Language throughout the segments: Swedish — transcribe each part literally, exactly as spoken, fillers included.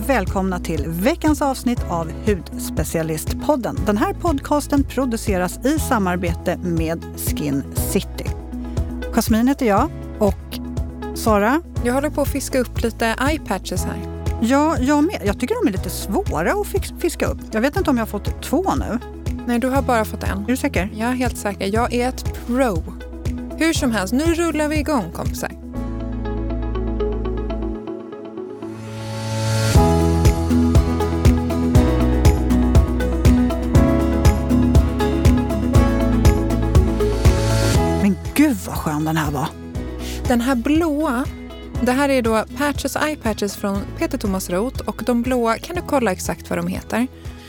välkomna till veckans avsnitt av Hudspecialistpodden. Den här podcasten produceras i samarbete med Skin City. Jasmin heter jag och Sara. Jag håller på att fiska upp lite eye patches här. Ja, jag med. Jag tycker de är lite svåra att fiska upp. Jag vet inte om jag har fått två nu. Nej, du har bara fått en. Är du säker? Jag är helt säker. Jag är ett pro. Hur som helst, nu rullar vi igång, kompisar. Men gud vad skön den här var. Den här blåa, det här är då patches, eye patches från Peter Thomas Roth. Och de blåa, kan du kolla exakt vad de heter?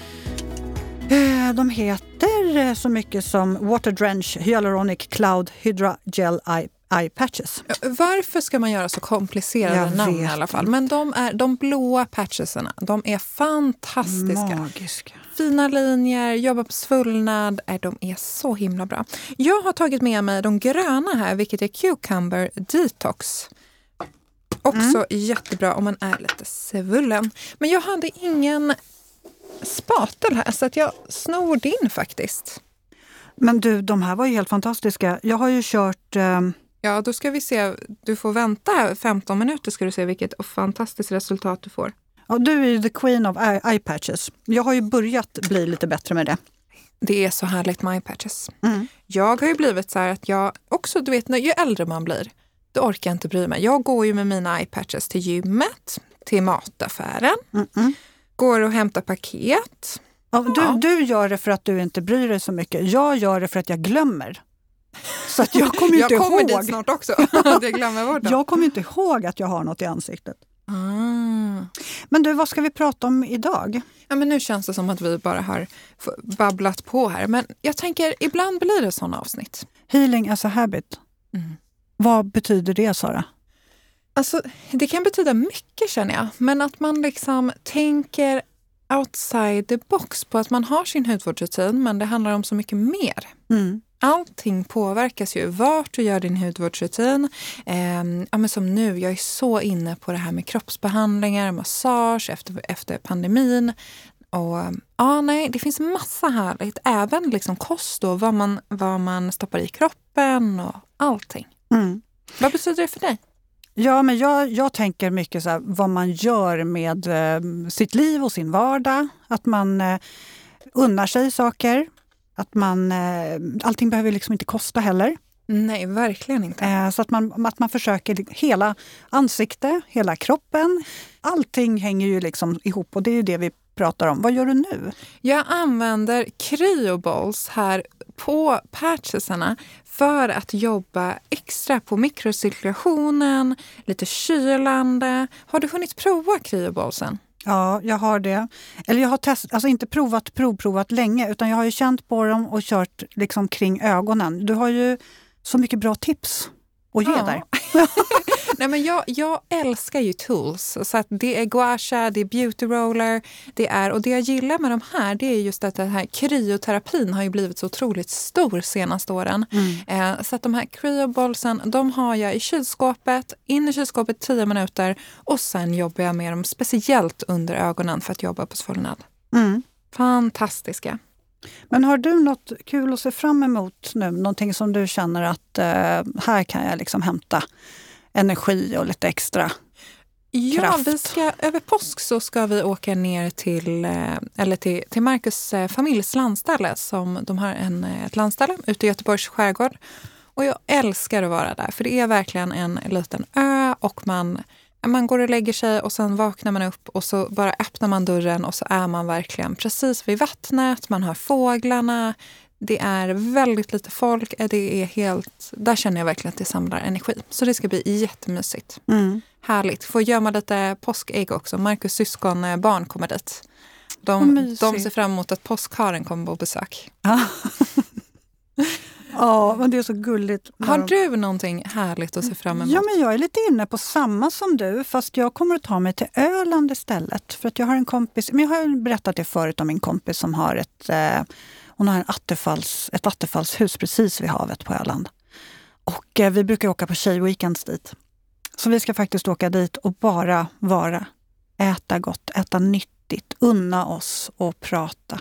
De heter så mycket som Water Drench Hyaluronic Cloud Hydra Gel Eye, eye Patches. Varför ska man göra så komplicerade Jag namn vet. i alla fall? Men de, är, de blåa patchesarna, de är fantastiska. Magiska. Fina linjer, jobbar på svullnad, de är så himla bra. Jag har tagit med mig de gröna här, vilket är Cucumber Detox. Också mm. jättebra om man är lite svullen. Men jag hade ingen spatel här så att jag snor din faktiskt. Men du, de här var ju helt fantastiska. Jag har ju kört... Eh... Ja, då ska vi se. Du får vänta här femton minuter ska du se vilket fantastiskt resultat du får. Ja, du är ju the queen of eye, eye patches. Jag har ju börjat bli lite bättre med det. Det är så härligt med eye patches. Mm. Jag har ju blivit så här att jag också, du vet, när ju äldre man blir, då orkar jag inte bry mig. Jag går ju med mina eye patches till gymmet, till mataffären. Mm-mm. Går och hämtar paket. Ja, du, ja. du gör det för att du inte bryr dig så mycket. Jag gör det för att jag glömmer. Så att jag kommer inte jag kommer ihåg. dit snart också. jag glömmer bort det. Jag kommer inte ihåg att jag har något i ansiktet. Ah. Men du, vad ska vi prata om idag? Ja, men nu känns det som att vi bara har babblat på här. Men jag tänker, ibland blir det sådana avsnitt. Healing as a habit. Mm. Vad betyder det, Sara? Alltså, det kan betyda mycket, känner jag. Men att man liksom tänker outside the box på att man har sin hudvårdsrutin, men det handlar om så mycket mer. Mm. Allting påverkas ju. Vart du gör din hudvårdsrutin. Eh, ja, men som nu, jag är så inne på det här med kroppsbehandlingar, massage efter, efter pandemin. Och ja, nej, det finns massa härligt. Även liksom kost och vad man, vad man stoppar i kroppen och allting. Mm. Vad betyder det för dig? Ja, men jag, jag tänker mycket så här, vad man gör med eh, sitt liv och sin vardag. Att man eh, unnar sig saker. Att man, eh, allting behöver liksom inte kosta heller. Nej, verkligen inte. Eh, så att man, att man försöker hela ansikte, hela kroppen. Allting hänger ju liksom ihop och det är ju det vi pratar om. Vad gör du nu? Jag använder cryoballs här på patchesarna för att jobba extra på mikrocirkulationen, lite kylande. Har du hunnit prova cryoballsen? Ja, jag har det. Eller jag har test, alltså inte provat, provprovat länge, utan jag har ju känt på dem och kört liksom kring ögonen. Du har ju så mycket bra tips att ge ja. där. Nej, men jag, jag älskar ju tools. Så att det är gua sha, det är beauty roller, det är, och det jag gillar med de här, det är just att den här kryoterapin har ju blivit så otroligt stor senaste åren. Mm. Eh, så att de här cryoballsen, de har jag i kylskåpet, in i kylskåpet tio minuter och sen jobbar jag med dem speciellt under ögonen för att jobba på svullnad. Mm. Fantastiska. Men har du något kul att se fram emot nu? Någonting som du känner att eh, här kan jag liksom hämta energi och lite extra ja, kraft? Vi ska, över påsk så ska vi åka ner till, eller till, till Marcus familjs landställe. Som de har en, ett landställe ute i Göteborgs skärgård. Och jag älskar att vara där. För det är verkligen en liten ö och man... Man går och lägger sig och sen vaknar man upp och så bara öppnar man dörren och så är man verkligen precis vid vattnet. Man hör fåglarna. Det är väldigt lite folk. Det är helt, där känner jag verkligen att det samlar energi. Så det ska bli jättemysigt. Mm. Härligt. Får gömma lite påskägg också. Marcus syskon barn kommer dit. De, de ser fram emot att påskharen kommer på besök. Ja, men det är så gulligt. Har du någonting härligt att se fram emot? Ja, men jag är lite inne på samma som du, fast jag kommer att ta mig till Öland istället. För att jag har en kompis, men jag har berättat det förut om min kompis som har ett, eh, hon har en attefalls, ett attefallshus precis vid havet på Öland. Och eh, vi brukar åka på tjejweekends dit. Så vi ska faktiskt åka dit och bara vara äta gott, äta nyttigt, unna oss och prata.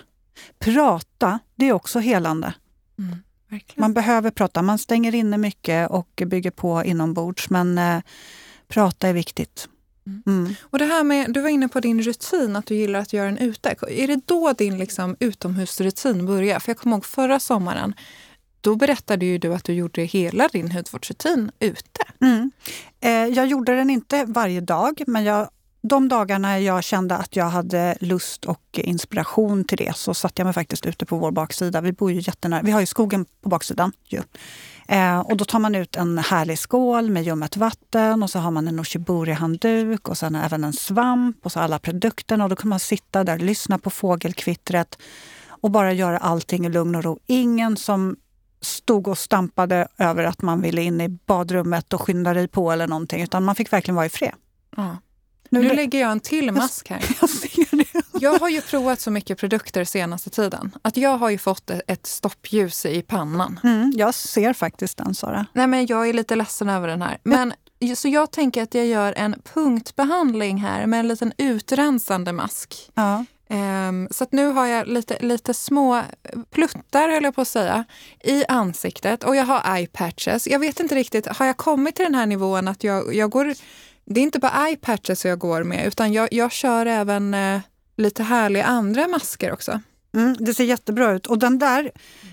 Prata, det är också helande. Mm, verkligen. Man behöver prata, man stänger inne mycket och bygger på inombords, men eh, prata är viktigt. Mm. Och det här med, du var inne på din rutin, att du gillar att göra den ute. Är det då din liksom utomhusrutin börjar? För jag kommer ihåg förra sommaren, då berättade ju du att du gjorde hela din hudvårdsrutin ute. Mm. Eh, jag gjorde den inte varje dag, men jag, de dagarna jag kände att jag hade lust och inspiration till det, så satt jag mig faktiskt ute på vår baksida. Vi bor ju jättenära, vi har ju skogen på baksidan ju. Eh, och då tar man ut en härlig skål med ljummet vatten och så har man en Ushiburi-handduk och sen även en svamp och så alla produkterna, och då kan man sitta där, lyssna på fågelkvittret och bara göra allting i lugn och ro. Ingen som stod och stampade över att man ville in i badrummet och skynda dig på eller någonting, utan man fick verkligen vara i fred. Ja. Nu, nu lägger jag en till mask här. Jag ser det. Jag har ju provat så mycket produkter senaste tiden att jag har ju fått ett stoppljus i pannan. Mm, jag ser faktiskt den, Sara. Nej, men jag är lite ledsen över den här. Men så jag tänker att jag gör en punktbehandling här med en liten utrensande mask. Ja. Um, så att nu har jag lite, lite små pluttar, höll jag på att säga, i ansiktet. Och jag har eye patches. Jag vet inte riktigt, har jag kommit till den här nivån att jag, jag går... Det är inte bara eye patches jag går med, utan jag, jag kör även eh, lite härliga andra masker också. Mm, det ser jättebra ut. Och den där,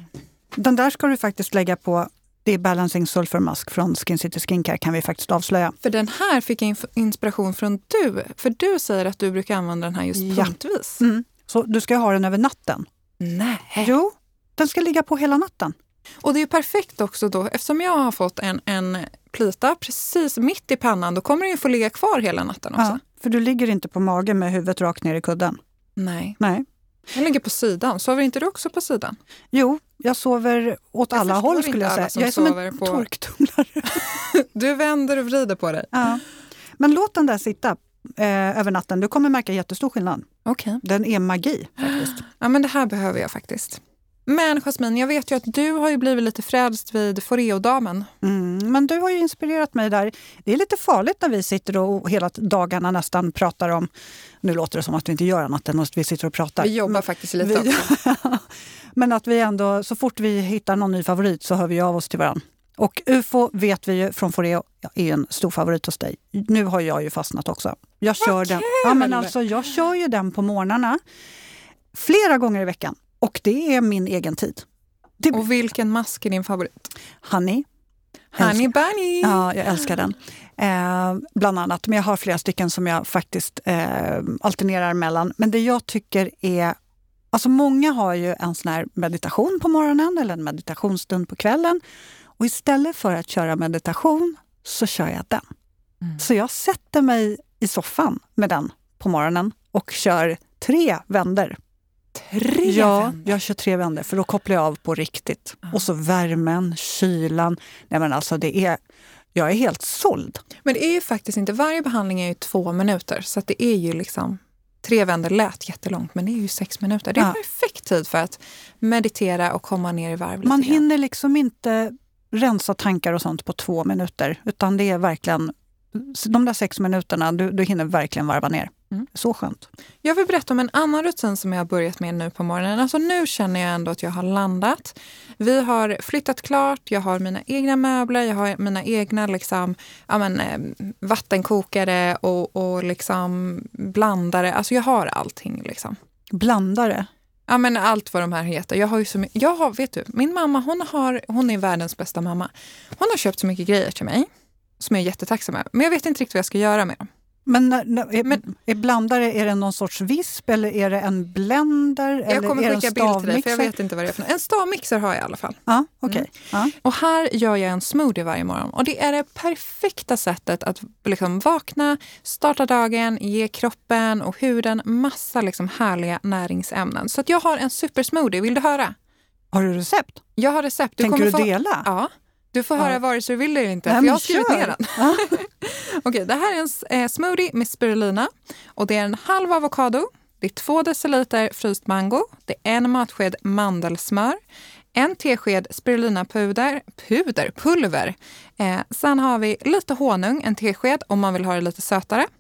den där ska du faktiskt lägga på, det är Balancing Sulfur Mask från Skin City Skincare, kan vi faktiskt avslöja. För den här fick jag inspiration från du. För du säger att du brukar använda den här just ja. punktvis. Mm. Så du ska ha den över natten? Nej. Jo, den ska ligga på hela natten. Och det är ju perfekt också då, eftersom jag har fått en, en plita precis mitt i pannan, då kommer den ju få ligga kvar hela natten också. Ja, för du ligger inte på magen med huvudet rakt ner i kudden. Nej. Nej. Jag ligger på sidan. Sover inte du också på sidan? Jo, jag sover åt jag alla håll skulle jag säga. Jag är som en på... torktumlare. Du vänder och vrider på dig. Ja. Men låt den där sitta eh, över natten. Du kommer märka jättestor skillnad. Okej. Okay. Den är magi faktiskt. Ja, men det här behöver jag faktiskt. Men Jasmin, jag vet ju att du har ju blivit lite frälst vid Foreo-damen. Mm, men du har ju inspirerat mig där. Det är lite farligt när vi sitter och hela dagarna nästan pratar om, nu låter det som att vi inte gör annat än att vi sitter och pratar. Vi jobbar men, faktiskt lite vi, också. Men att vi ändå, så fort vi hittar någon ny favorit så hör vi av oss till varandra. Och U F O vet vi ju från Foreo är en stor favorit hos dig. Nu har jag ju fastnat också. Jag kör den. Ja, men alltså, jag kör ju den på morgnarna flera gånger i veckan. Och det är min egen tid. Det... Och vilken mask är din favorit? Honey. Honey Bunny! Ja, jag älskar den. Eh, bland annat. Men jag har flera stycken som jag faktiskt eh, alternerar mellan. Men det jag tycker är... Alltså många har ju en sån här meditation på morgonen eller en meditationsstund på kvällen. Och istället för att köra meditation så kör jag den. Mm. Så jag sätter mig i soffan med den på morgonen och kör tre vänder. Tre ja, vänder. Jag kör tre vänder för då kopplar jag av på riktigt. Mm. Och så värmen, kylan. Nej men alltså det är, jag är helt såld. Men det är ju faktiskt inte, varje behandling är ju två minuter. Så att det är ju liksom, tre vänder lät jättelångt men det är ju sex minuter. Det är ja. perfekt tid för att meditera och komma ner i varv lite. Man hinner liksom inte rensa tankar och sånt på två minuter. Utan det är verkligen, de där sex minuterna, du, du hinner verkligen varva ner. Mm. Så skönt. Jag vill berätta om en annan rutin som jag har börjat med nu på morgonen. Alltså nu känner jag ändå att jag har landat. Vi har flyttat klart, jag har mina egna möbler, jag har mina egna liksom, ja men, vattenkokare och, och liksom blandare. Alltså jag har allting liksom. Blandare? Ja men allt vad de här heter. Jag har ju så mycket, jag har, vet du, min mamma hon, har, hon är världens bästa mamma. Hon har köpt så mycket grejer till mig som jag är jättetacksam med. Men jag vet inte riktigt vad jag ska göra med dem. Men är, men är blandare, är det någon sorts visp eller är det en blender? Jag eller kommer är skicka bild till dig för jag vet inte vad det är för något. En stavmixer har jag i alla fall. Ja, okej. Okay. Mm. Ja. Och här gör jag en smoothie varje morgon. Och det är det perfekta sättet att liksom vakna, starta dagen, ge kroppen och huden massa liksom härliga näringsämnen. Så att jag har en supersmoothie, vill du höra? Har du recept? Jag har recept. Du Tänker kommer du få... dela? Ja. Du får höra ja. vare sig du vill eller inte, Nej, för jag har skrivit kör. ner den. Ja. Okej, okay, det här är en eh, smoothie med spirulina. Och det är en halv avokado, det är två deciliter fryst mango, det är en matsked mandelsmör, en tesked spirulinapuder, puder, pulver. Eh, sen har vi lite honung, en tesked om man vill ha det lite sötare.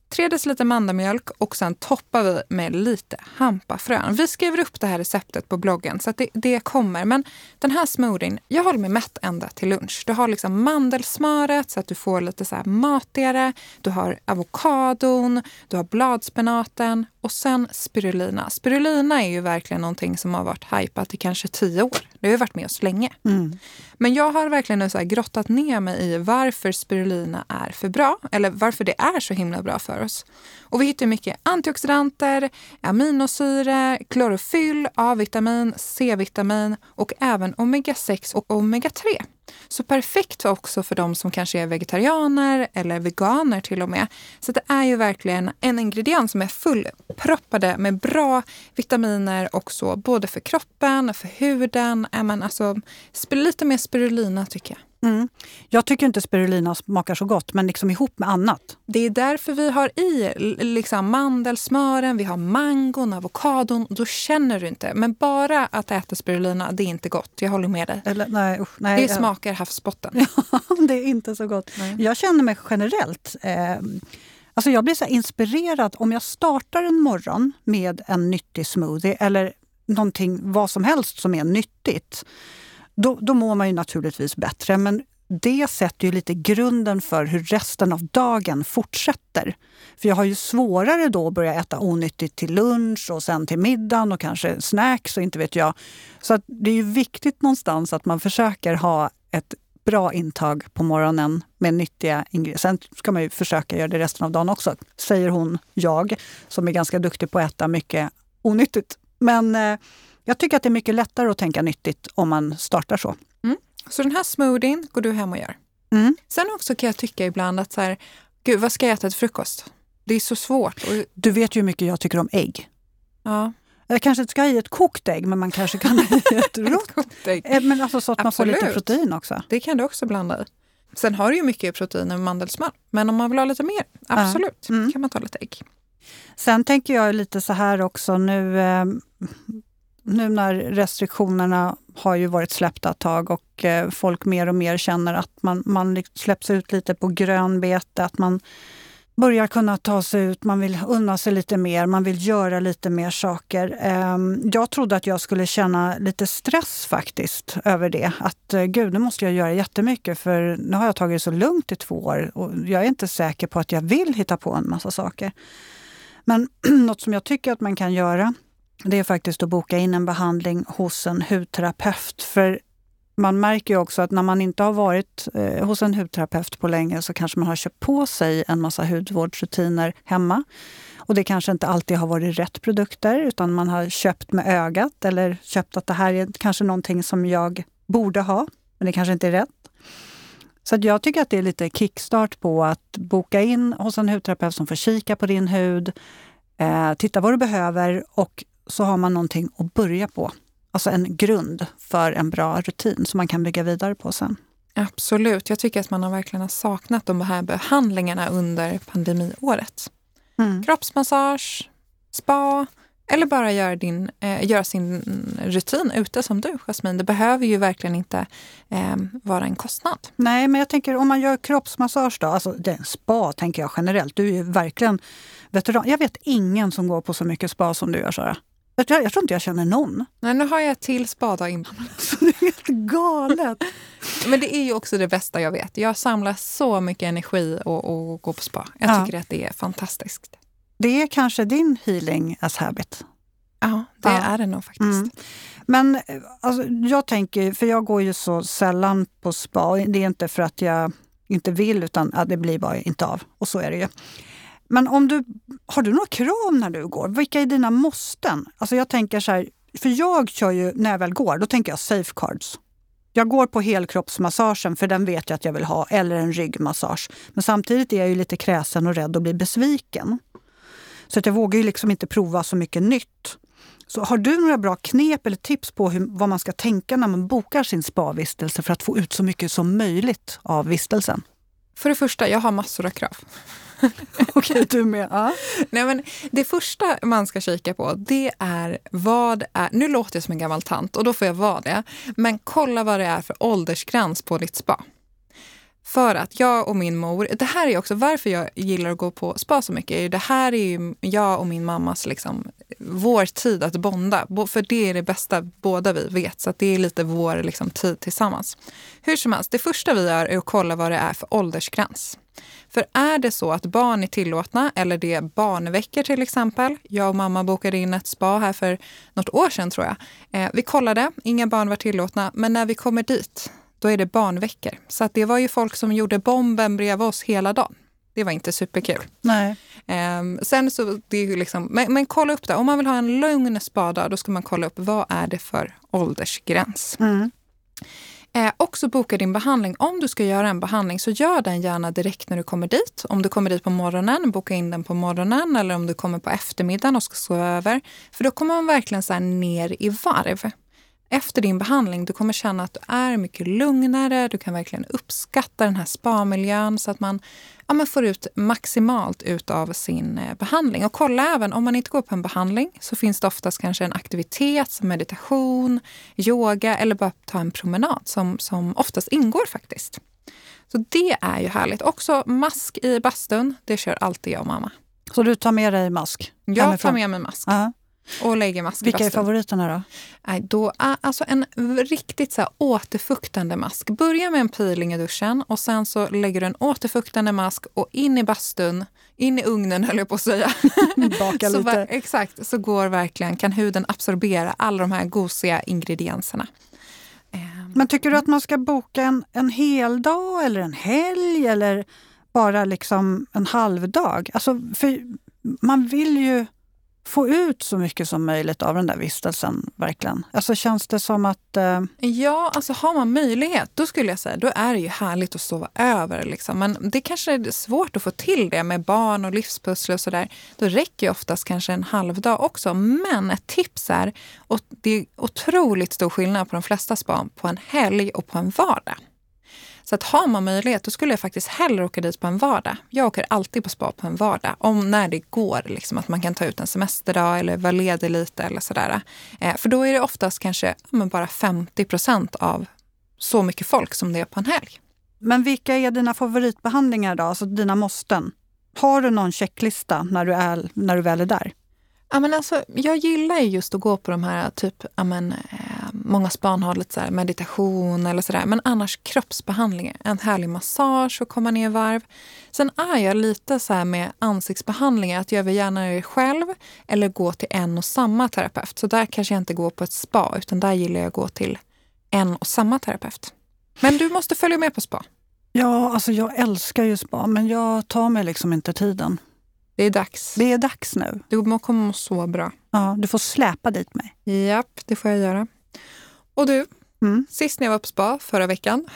tre deciliter mandelmjölk och sen toppar vi med lite hampafrön. Vi skriver upp det här receptet på bloggen så att det, det kommer. Men den här smoothien, jag håller mig mätt ända till lunch. Du har liksom mandelsmöret så att du får lite så här matigare. Du har avokadon, du har bladspenaten och sen spirulina. Spirulina är ju verkligen någonting som har varit hypat i kanske tio år. Det har ju varit med oss länge. Mm. Men jag har verkligen nu så här grottat ner mig i varför spirulina är för bra. Eller varför det är så himla bra för oss. Och vi hittar mycket antioxidanter, aminosyre, klorofyll, A-vitamin, C-vitamin och även omega sex och omega tre. Så perfekt också för de som kanske är vegetarianer eller veganer till och med. Så det är ju verkligen en ingrediens som är fullproppade med bra vitaminer också. Både för kroppen, för huden. Men alltså, lite mer spirulina tycker jag. Mm. Jag tycker inte spirulina smakar så gott, men liksom ihop med annat. Det är därför vi har i liksom mandelsmören, vi har mangon, avokadon. Då känner du inte. Men bara att äta spirulina, det är inte gott. Jag håller med dig. Eller, nej, usch, nej, det smakar havsbotten. Ja, det är inte så gott. Nej. Jag känner mig generellt... Eh, alltså jag blir så här inspirerad om jag startar en morgon med en nyttig smoothie eller någonting, vad som helst som är nyttigt. Då, då mår man ju naturligtvis bättre, men det sätter ju lite grunden för hur resten av dagen fortsätter. För jag har ju svårare då att börja äta onyttigt till lunch och sen till middagen och kanske snacks och inte vet jag. Så att det är ju viktigt någonstans att man försöker ha ett bra intag på morgonen med nyttiga ingredienser. Sen ska man ju försöka göra det resten av dagen också, säger hon, jag, som är ganska duktig på att äta mycket onyttigt. Men... Eh, Jag tycker att det är mycket lättare att tänka nyttigt om man startar så. Mm. Så den här smoothien går du hem och gör. Mm. Sen också kan jag tycka ibland att så här, gud, vad ska jag äta till frukost? Det är så svårt. Du vet ju hur mycket jag tycker om ägg. Ja. Jag kanske inte ska ha i ett kokt ägg, men man kanske kan ha i ett rått ägg. Men alltså så att Absolut. Man får lite protein också. Det kan du också blanda i. Sen har du ju mycket protein med mandelsmör. Men om man vill ha lite mer, absolut, ja. mm. kan man ta lite ägg. Sen tänker jag lite så här också nu... Eh, Nu när restriktionerna har ju varit släppta ett tag och eh, folk mer och mer känner att man, man släpps ut lite på grönbete, att man börjar kunna ta sig ut, man vill unna sig lite mer, man vill göra lite mer saker. Eh, jag trodde att jag skulle känna lite stress faktiskt över det. Att eh, gud, nu måste jag göra jättemycket för nu har jag tagit det så lugnt i två år och jag är inte säker på att jag vill hitta på en massa saker. Men något som jag tycker att man kan göra, det är faktiskt att boka in en behandling hos en hudterapeut. För man märker ju också att när man inte har varit eh, hos en hudterapeut på länge så kanske man har köpt på sig en massa hudvårdsrutiner hemma. Och det kanske inte alltid har varit rätt produkter utan man har köpt med ögat eller köpt att det här är kanske någonting som jag borde ha, men det kanske inte är rätt. Så jag tycker att det är lite kickstart på att boka in hos en hudterapeut som får kika på din hud, eh, titta vad du behöver och så har man någonting att börja på. Alltså en grund för en bra rutin som man kan bygga vidare på sen. Absolut. Jag tycker att man har verkligen har saknat de här behandlingarna under pandemiåret. Mm. Kroppsmassage, spa eller bara göra, din, eh, göra sin rutin ute som du, Jasmin. Det behöver ju verkligen inte eh, vara en kostnad. Nej, men jag tänker om man gör kroppsmassage då, alltså det är en spa tänker jag generellt. Du är ju verkligen veteran. Jag vet ingen som går på så mycket spa som du gör, Sara. Jag, jag tror inte jag känner någon. Nej, nu har jag till spa innan. Så det är helt galet. Men det är ju också det bästa jag vet. Jag samlar så mycket energi och, och går på spa. Jag ja. tycker att det är fantastiskt. Det är kanske din healing as habit. Ja, det ja. är det nog faktiskt. Mm. Men alltså, jag tänker, för jag går ju så sällan på spa. Det är inte för att jag inte vill utan ja, det blir bara inte av. Och så är det ju. Men om du, har du några krav när du går? Vilka är dina måsten? Alltså jag tänker så här, för jag kör ju när jag väl går, då tänker jag safeguards. Jag går på helkroppsmassagen för den vet jag att jag vill ha, eller en ryggmassage. Men samtidigt är jag ju lite kräsen och rädd att bli besviken. Så att jag vågar ju liksom inte prova så mycket nytt. Så har du några bra knep eller tips på hur, vad man ska tänka när man bokar sin spa-vistelse för att få ut så mycket som möjligt av vistelsen? För det första, jag har massor av krav. Okej, du med. Ja. Nej, men det första man ska kika på, det är vad är... Nu låter jag som en gammal tant och då får jag vara det. Men kolla vad det är för åldersgräns på ditt spa. För att jag och min mor, det här är också varför jag gillar att gå på spa så mycket. Är ju, det här är ju jag och min mammas liksom, vår tid att bonda. För det är det bästa båda vi vet. Så att det är lite vår liksom, tid tillsammans. Hur som helst, det första vi gör är att kolla vad det är för åldersgräns. För är det så att barn är tillåtna, eller det är barnveckor till exempel. Jag och mamma bokade in ett spa här för något år sedan tror jag. Eh, vi kollade, inga barn var tillåtna. Men när vi kommer dit, då är det barnveckor. Så att det var ju folk som gjorde bomben bredvid oss hela dagen. Det var inte superkul. Nej. Eh, sen så, det är ju liksom, men, men kolla upp det. Om man vill ha en lugn spa-dag, då ska man kolla upp vad är det för åldersgräns. Mm. Eh, också boka din behandling. Om du ska göra en behandling så gör den gärna direkt när du kommer dit. Om du kommer dit på morgonen, boka in den på morgonen. Eller om du kommer på eftermiddagen och ska sova över. För då kommer man verkligen så här ner i varv. Efter din behandling, du kommer känna att du är mycket lugnare. Du kan verkligen uppskatta den här spa-miljön så att man, ja, man får ut maximalt ut av sin eh, behandling. Och kolla även, om man inte går på en behandling så finns det oftast kanske en aktivitet som meditation, yoga eller bara ta en promenad som, som oftast ingår faktiskt. Så det är ju härligt. Också mask i bastun, det kör alltid jag och mamma. Så du tar med dig mask? Jag hemifrån? tar med mig mask. Uh-huh. Och lägger mask. Vilka är favoriterna då? Nej, då är alltså en riktigt så här återfuktande mask. Börja med en peeling i duschen och sen så lägger du en återfuktande mask och in i bastun, in i ugnen höll jag på att säga. Baka så lite. var, exakt, så går verkligen, kan huden absorbera alla de här gosiga ingredienserna. Men tycker du att man ska boka en, en hel dag eller en helg eller bara liksom en halv dag? Alltså, för man vill ju få ut så mycket som möjligt av den där vistelsen, verkligen. Alltså känns det som att... Eh... Ja, alltså har man möjlighet, då skulle jag säga, då är det ju härligt att sova över. Liksom. Men det kanske är svårt att få till det med barn och livspussel och sådär. Då räcker ju oftast kanske en halv dag också. Men ett tips är, och det är otroligt stor skillnad på de flesta spa, på en helg och på en vardag. Så att har man möjlighet, då skulle jag faktiskt hellre åka dit på en vardag. Jag åker alltid på spa på en vardag. Om när det går, liksom, att man kan ta ut en semesterdag eller vara ledig lite eller sådär. Eh, för då är det oftast kanske men bara femtio procent av så mycket folk som det är på en helg. Men vilka är dina favoritbehandlingar då? Alltså dina måsten? Har du någon checklista när du, är, när du väl är där? Ja, men alltså, jag gillar ju just att gå på de här typ, ja, men, eh, många span har lite så här meditation eller sådär. Men annars kroppsbehandlingar, en härlig massage och komma ner i varv. Sen är jag lite så här med ansiktsbehandlingar att jag vill gärna göra det själv eller gå till en och samma terapeut. Så där kanske jag inte går på ett spa utan där gillar jag att gå till en och samma terapeut. Men du måste följa med på spa. Ja, alltså jag älskar ju spa men jag tar mig liksom inte tiden. Det är dags. Det är dags nu. Du kommer må så bra. Ja, du får släpa dit mig. Japp, det får jag göra. Och du, mm. sist när jag var på spa förra veckan,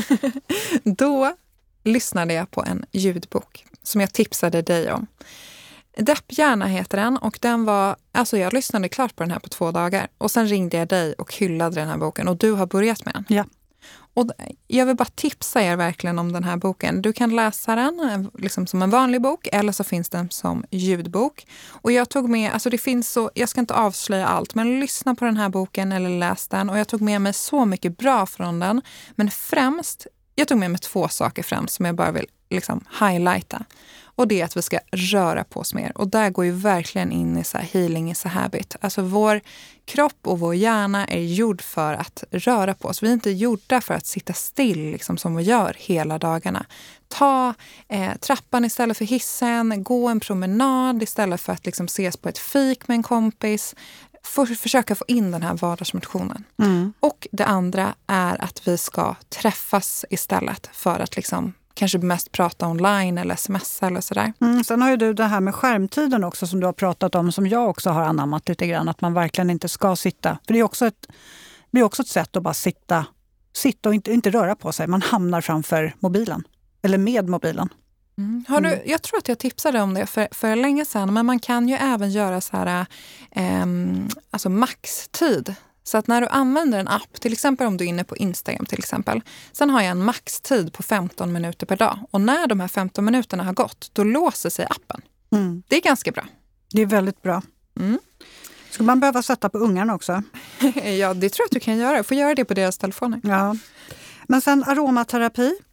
då lyssnade jag på en ljudbok som jag tipsade dig om. Depphjärna heter den och den var, alltså jag lyssnade klart på den här på två dagar. Och sen ringde jag dig och hyllade den här boken och du har börjat med den. Ja. Och jag vill bara tipsa er verkligen om den här boken. Du kan läsa den liksom som en vanlig bok eller så finns den som ljudbok. Och jag tog med, alltså det finns så, jag ska inte avslöja allt men lyssna på den här boken eller läs den. Och jag tog med mig så mycket bra från den. Men främst, jag tog med mig två saker främst som jag bara vill liksom highlighta. Och det är att vi ska röra på oss mer. Och där går ju verkligen in i så här healing is a habit. Alltså vår kropp och vår hjärna är gjord för att röra på oss. Vi är inte gjorda för att sitta still liksom, som vi gör hela dagarna. Ta eh, trappan istället för hissen. Gå en promenad istället för att liksom, ses på ett fik med en kompis. För, försöka få in den här vardagsmotionen. Mm. Och det andra är att vi ska träffas istället för att liksom kanske mest prata online eller smsa eller sådär. Mm, sen har ju du det här med skärmtiden också som du har pratat om som jag också har anammat lite grann. Att man verkligen inte ska sitta. För det är också ett, det är också ett sätt att bara sitta, sitta och inte, inte röra på sig. Man hamnar framför mobilen. Eller med mobilen. Mm. Har du, jag tror att jag tipsade om det för, för länge sedan. Men man kan ju även göra så här eh, alltså maxtid. Så att när du använder en app, till exempel om du är inne på Instagram till exempel. Sen har jag en maxtid på femton minuter per dag. Och när de här femton minuterna har gått, då låser sig appen. Mm. Det är ganska bra. Det är väldigt bra. Mm. Ska man behöva sätta på ungarna också? Ja, det tror jag att du kan göra. Du får göra det på deras telefoner. Ja. Men sen aromaterapi.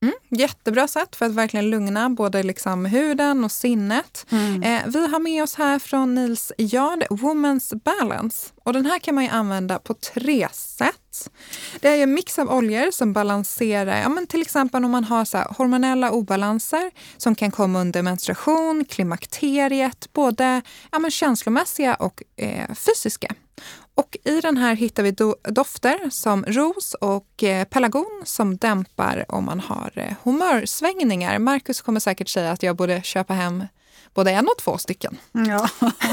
Mm, jättebra sätt för att verkligen lugna både liksom huden och sinnet. Mm. Eh, vi har med oss här från Nils Yard Woman's Balance. Och den här kan man ju använda på tre sätt. Det är ju en mix av oljor som balanserar, ja, men till exempel om man har så här hormonella obalanser som kan komma under menstruation, klimakteriet, både ja, men känslomässiga och eh, fysiska. Och i den här hittar vi do- dofter som ros och eh, pelargon som dämpar om man har eh, humörsvängningar. Marcus kommer säkert säga att jag borde köpa hem både en och två stycken. Ja,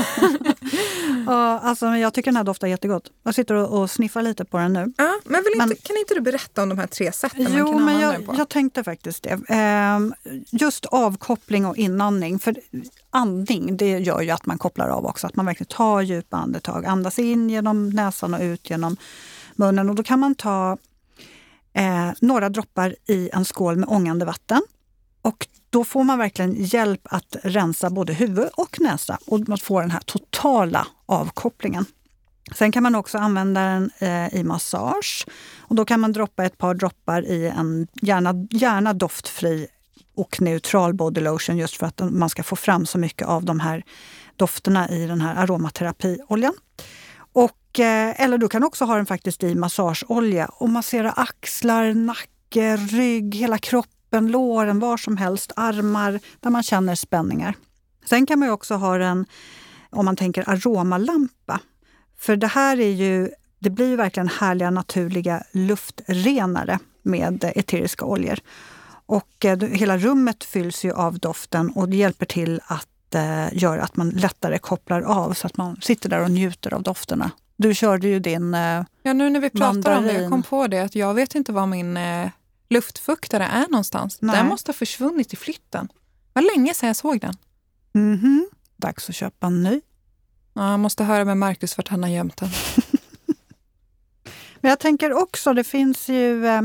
ja alltså, jag tycker den här doftar jättegott. Jag sitter och, och sniffar lite på den nu. Ja, men, vill inte, men kan inte du berätta om de här tre sätten jo, man kan men använda jag, den på? jag tänkte faktiskt det. Ehm, just avkoppling och inandning. För andning, det gör ju att man kopplar av också. Att man verkligen tar djupa andetag. Andas in genom näsan och ut genom munnen. Och då kan man ta eh, några droppar i en skål med ångande vatten. Och då får man verkligen hjälp att rensa både huvud och näsa. Och man får den här totala avkopplingen. Sen kan man också använda den eh, i massage. Och då kan man droppa ett par droppar i en gärna, gärna doftfri och neutral body lotion. Just för att man ska få fram så mycket av de här dofterna i den här aromaterapioljan. Och, eh, eller du kan också ha den faktiskt i massageolja. Och massera axlar, nacke, rygg, hela kroppen, låren, var som helst, armar där man känner spänningar. Sen kan man ju också ha den, om man tänker aromalampa. För det här är ju, det blir ju verkligen härliga naturliga luftrenare med eteriska oljor. Och eh, hela rummet fylls ju av doften och det hjälper till att eh, göra att man lättare kopplar av så att man sitter där och njuter av dofterna. Du körde ju din eh, Ja, nu när vi pratar mandarin. om det, jag kom på det att jag vet inte var min eh, luftfuktare är någonstans. Nej. Den måste ha försvunnit i flytten. Det var länge sedan jag såg den. Mhm. Dags att köpa en ny. Ja, jag måste höra med Marcus vart han har gömt den. Men jag tänker också, det finns ju... Eh,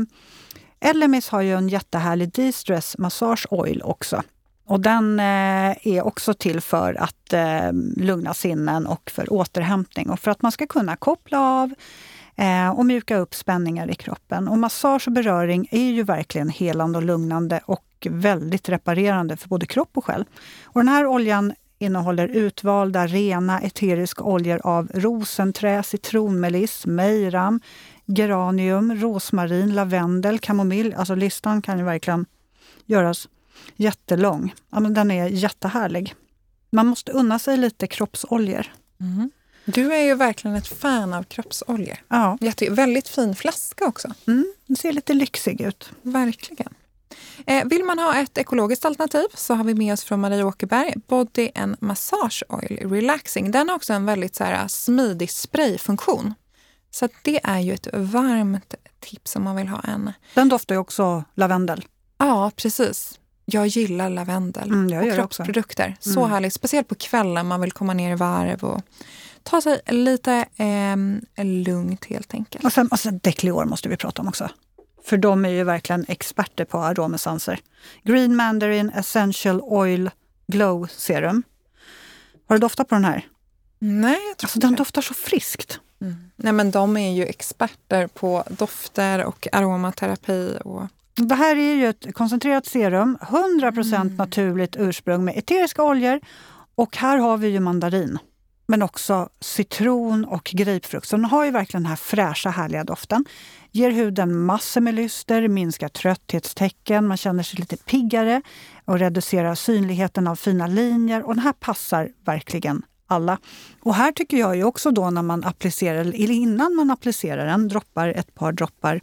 Elemis har ju en jättehärlig de-stress massage oil också. Och den eh, är också till för att eh, lugna sinnen och för återhämtning. Och för att man ska kunna koppla av eh, och mjuka upp spänningar i kroppen. Och massage och beröring är ju verkligen helande och lugnande och väldigt reparerande för både kropp och själ. Och den här oljan innehåller utvalda rena eteriska oljor av rosenträ, citronmeliss, mejram, geranium, rosmarin, lavendel, kamomill. Alltså listan kan ju verkligen göras jättelång. Ja, men den är jättehärlig. Man måste unna sig lite kroppsoljor. Mm. Du är ju verkligen ett fan av kroppsoljor. Ja. Jätte, väldigt fin flaska också. Mm, den ser lite lyxig ut. Verkligen. Eh, vill man ha ett ekologiskt alternativ så har vi med oss från Marie Åkerberg Body and Massage Oil Relaxing. Den har också en väldigt så här, smidig sprayfunktion. Så att det är ju ett varmt tips om man vill ha en. Den doftar ju också lavendel. Ja, precis. Jag gillar lavendel Mm, jag och gör kroppsprodukter. också. Så Mm. härligt. Speciellt på kvällen man vill komma ner i varv och ta sig lite eh, lugnt helt enkelt. Och sen, och sen Declior måste vi prata om också. För de är ju verkligen experter på aromaessenser. Green Mandarin Essential Oil Glow Serum. Har du doftat på den här? Nej, jag tror Alltså inte den det. doftar så friskt. Mm. Nej, men de är ju experter på dofter och aromaterapi. Och... Det här är ju ett koncentrerat serum, hundra procent Mm. naturligt ursprung med eteriska oljor. Och här har vi ju mandarin, men också citron och grapefrukt. Så den har ju verkligen den här fräscha, härliga doften. Ger huden massor med lyster, minskar trötthetstecken, man känner sig lite piggare och reducerar synligheten av fina linjer. Och den här passar verkligen alla. Och här tycker jag ju också då när man applicerar, eller innan man applicerar den, droppar ett par droppar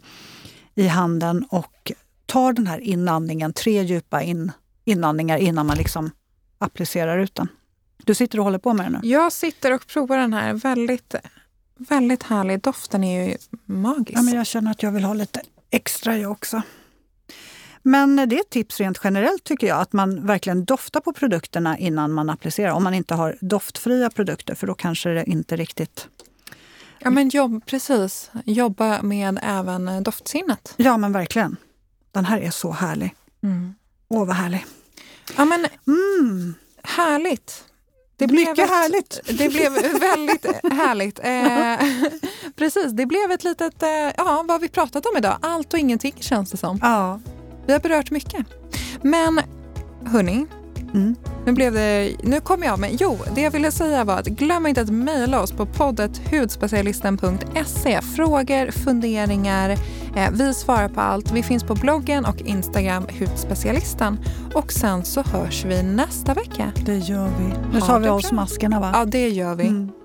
i handen och tar den här inandningen, tre djupa in, inandningar innan man liksom applicerar ut den. Du sitter och håller på med den nu? Jag sitter och provar den här. Väldigt, väldigt härlig. Doften är ju magisk. Ja, men jag känner att jag vill ha lite extra jag också. Men det är ett tips rent generellt tycker jag, att man verkligen doftar på produkterna innan man applicerar. Om man inte har doftfria produkter, för då kanske det inte riktigt... Ja, men jobb, precis. Jobba med även doftsinnet. Ja, men verkligen. Den här är så härlig. Mm. Åh, vad härlig. Ja, men Mm. härligt. Det Mycket blev ett, härligt. Det blev väldigt härligt. Eh, precis, det blev ett litet, eh, ja, vad har vi pratat om idag? Allt och ingenting känns det som. Ja, Vi har berört mycket. Men hörni, Mm. nu blev det, nu kom jag med. Jo, det jag ville säga var att glöm inte att mejla oss på poddet hudspecialisten punkt se. Frågor, funderingar, eh, vi svarar på allt. Vi finns på bloggen och Instagram hudspecialisten. Och sen så hörs vi nästa vecka. Det gör vi. Nu Ha tar vi det oss bra. maskerna, va? Ja, det gör vi. Mm.